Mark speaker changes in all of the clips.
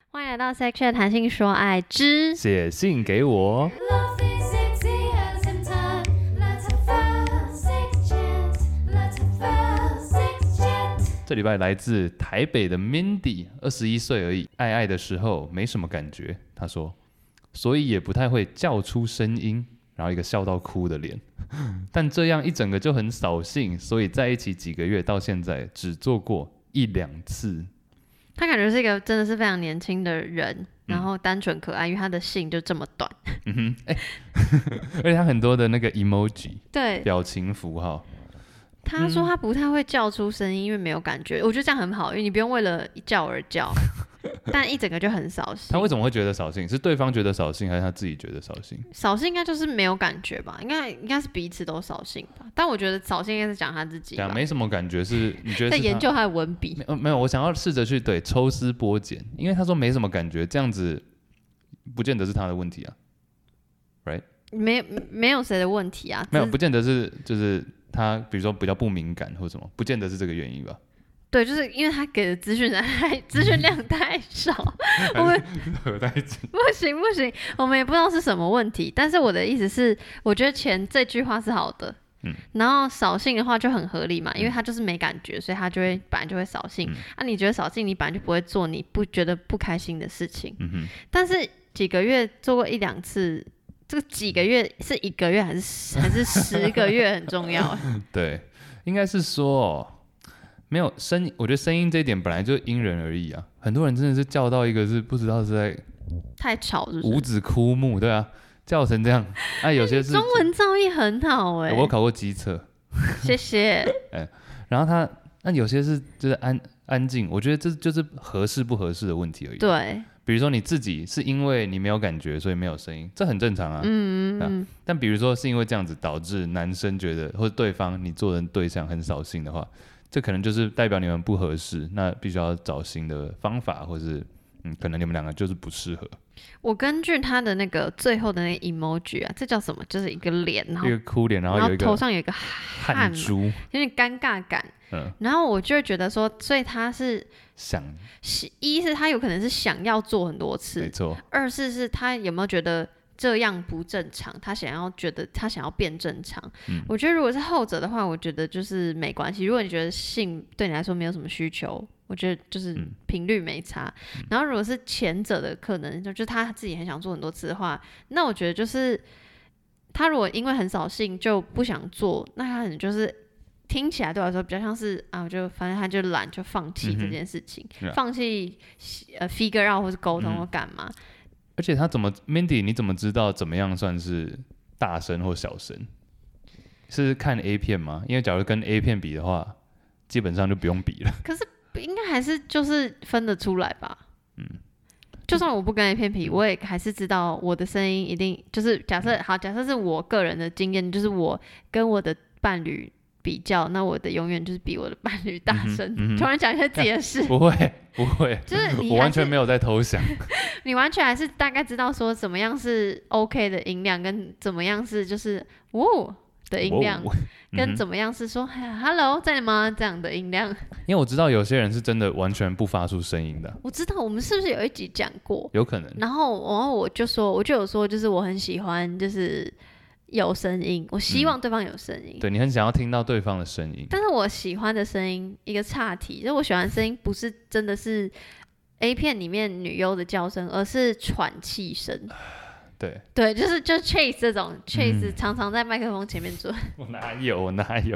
Speaker 1: 欢迎来到 Section 谈性说爱之
Speaker 2: 写信给我。这礼拜来自台北的 Mindy， 21岁而已，爱爱的时候没什么感觉。她说，所以也不太会叫出声音，然后一个笑到哭的脸。但这样一整个就很扫兴，所以在一起几个月到现在只做过1-2次。
Speaker 1: 他感觉是一个真的是非常年轻的人，然后单纯可爱，因为他的信就这么短。
Speaker 2: 而且他很多的那个 emoji，
Speaker 1: 对，
Speaker 2: 表情符号。
Speaker 1: 他说他不太会叫出声音，因为没有感觉。我觉得这样很好，因为你不用为了叫而叫，但一整个就很扫兴。
Speaker 2: 他为什么会觉得扫兴？是对方觉得扫兴，还是他自己觉得扫兴？
Speaker 1: 扫兴应该就是没有感觉吧，应该是彼此都扫兴吧。但我觉得扫兴应该是讲他自己吧。
Speaker 2: 没什么感觉是你觉得是
Speaker 1: 在研究他的文笔？
Speaker 2: 没有，我想要试着去抽丝剥茧，因为他说没什么感觉，这样子不见得是他的问题啊 ，right？
Speaker 1: 没有谁的问题啊，
Speaker 2: 没有，不见得是就是他比如说比较不敏感或什么，不见得是这个原因吧。
Speaker 1: 对，就是因为他给的资讯量太少，我们
Speaker 2: 合在一起
Speaker 1: 不行，我们也不知道是什么问题。但是我的意思是，我觉得前这句话是好的，然后扫兴的话就很合理嘛，因为他就是没感觉，所以他本来就会扫兴。你觉得扫兴，你本来就不会做你不觉得不开心的事情。但是几个月做过1-2次，这个几个月是1个月还是10个月很重要。
Speaker 2: 对，应该是说没有声音，我觉得声音这一点本来就因人而异啊。很多人真的是叫到一个是不知道是在
Speaker 1: 太吵是不是？
Speaker 2: 五指枯木，对啊，叫成这样。有些是
Speaker 1: 中文造诣很好我
Speaker 2: 有考过机测，
Speaker 1: 谢谢。
Speaker 2: 然后那有些是就是安静，我觉得这就是合适不合适的问题而已。
Speaker 1: 对，
Speaker 2: 比如说你自己是因为你没有感觉，所以没有声音，这很正常啊。但比如说是因为这样子导致男生觉得或者对方你做的对象很扫兴的话，这可能就是代表你们不合适，那必须要找新的方法，或是可能你们两个就是不适合。
Speaker 1: 我根据他的那个最后的那个 emoji 啊，这叫什么？就是一个脸，然后
Speaker 2: 一个哭脸，然后有一个
Speaker 1: 头上有一个汗珠，有点尴尬感。然后我就会觉得说，所以他是一是他有可能是想要做很多次，
Speaker 2: 没错。
Speaker 1: 二是他有没有觉得这样不正常，他想要变正常。我觉得如果是后者的话，我觉得就是没关系。如果你觉得性对你来说没有什么需求，我觉得就是频率没差。然后如果是前者的可能就是他自己很想做很多次的话，那我觉得就是他如果因为很扫兴就不想做，那他可能就是听起来对我来说比较像是反正他就懒，就放弃这件事情，放弃figure out 或是沟通或干嘛。
Speaker 2: 而且Mindy 你怎么知道怎么样算是大声或小声？是看 A 片吗？因为假如跟 A 片比的话，基本上就不用比了。
Speaker 1: 可是应该还是就是分得出来吧。就算我不跟 A 片比，我也还是知道我的声音一定就是假设是我个人的经验，就是我跟我的伴侣比较，那我的永远就是比我的伴侣大声。突然讲一下自己的事，
Speaker 2: 不会，
Speaker 1: 就是
Speaker 2: 我完全没有在偷想。
Speaker 1: 你完全还是大概知道说怎么样是 OK 的音量，跟怎么样是就是的音量，跟怎么样是说 Hello 在吗这样的音量。
Speaker 2: 因为我知道有些人是真的完全不发出声音的。
Speaker 1: 我知道我们是不是有一集讲过？
Speaker 2: 有可能。
Speaker 1: 然后我就有说，就是我很喜欢就是有声音，我希望对方有声音。
Speaker 2: 对，你很想要听到对方的声音。
Speaker 1: 但是我喜欢的声音一个岔题，就是我喜欢的声音不是真的是 A 片里面女优的叫声，而是喘气声。对，就是 Chase 这种 Chase 常常在麦克风前面做。
Speaker 2: 我哪有？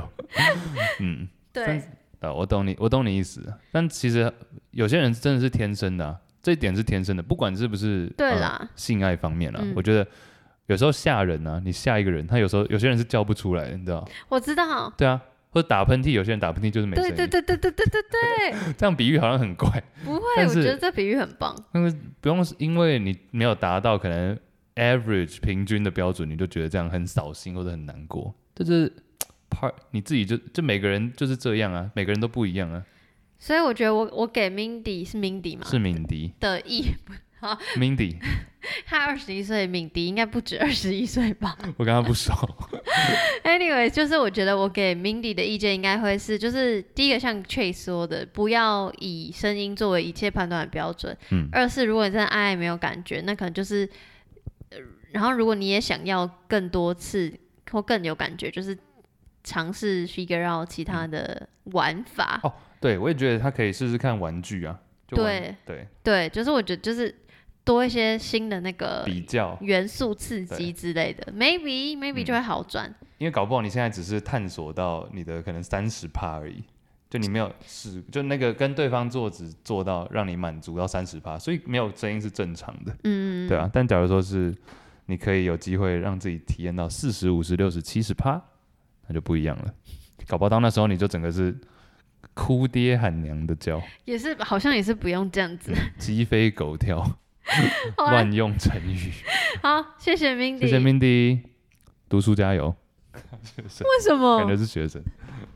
Speaker 1: 对，
Speaker 2: 我懂你意思。但其实有些人真的是天生的这一点是天生的，不管是不是
Speaker 1: 对啦
Speaker 2: 性爱方面我觉得有时候吓人你吓一个人，他有些人是叫不出来的，你知道？
Speaker 1: 我知道。
Speaker 2: 对啊，或者打喷嚏，有些人打喷嚏就是没声音。
Speaker 1: 对，
Speaker 2: 这样比喻好像很怪。
Speaker 1: 不会，我觉得这比喻很棒。
Speaker 2: 但是不用因为你没有达到可能 average 平均的标准，你就觉得这样很扫兴或者很难过，这就是你自己就每个人就是这样每个人都不一样
Speaker 1: 所以我觉得我给 Mindy 是 Mindy 吗？
Speaker 2: 是敏迪
Speaker 1: 的
Speaker 2: Mindy
Speaker 1: 他21岁，敏迪应该不止21岁吧？
Speaker 2: 我跟他不熟。
Speaker 1: Anyway， 就是我觉得我给 Mindy 的意见应该会是，就是第一个像 Chase 说的，不要以声音作为一切判断的标准。二是如果你真的爱没有感觉，那可能就是，然后如果你也想要更多次或更有感觉，就是尝试 figure out 其他的玩法。
Speaker 2: 哦，对，我也觉得他可以试试看玩具啊。对，
Speaker 1: 就是我觉得就是多一些新的那个
Speaker 2: 比较
Speaker 1: 元素刺激之类的 ，maybe 就会好转。
Speaker 2: 因为搞不好你现在只是探索到你的可能30%而已，就你没有试，就那个跟对方做只做到让你满足到30%，所以没有声音是正常的。对啊。但假如说是你可以有机会让自己体验到40%、50%、60%、70%，那就不一样了。搞不好到那时候你就整个是哭爹喊娘的叫，
Speaker 1: 也是好像也是不用这样子，
Speaker 2: 鸡飞狗跳，乱用成语。
Speaker 1: 好，谢谢 Mindy，
Speaker 2: 谢谢 Mindy， 读书加油。
Speaker 1: 为什么？
Speaker 2: 感觉是学生。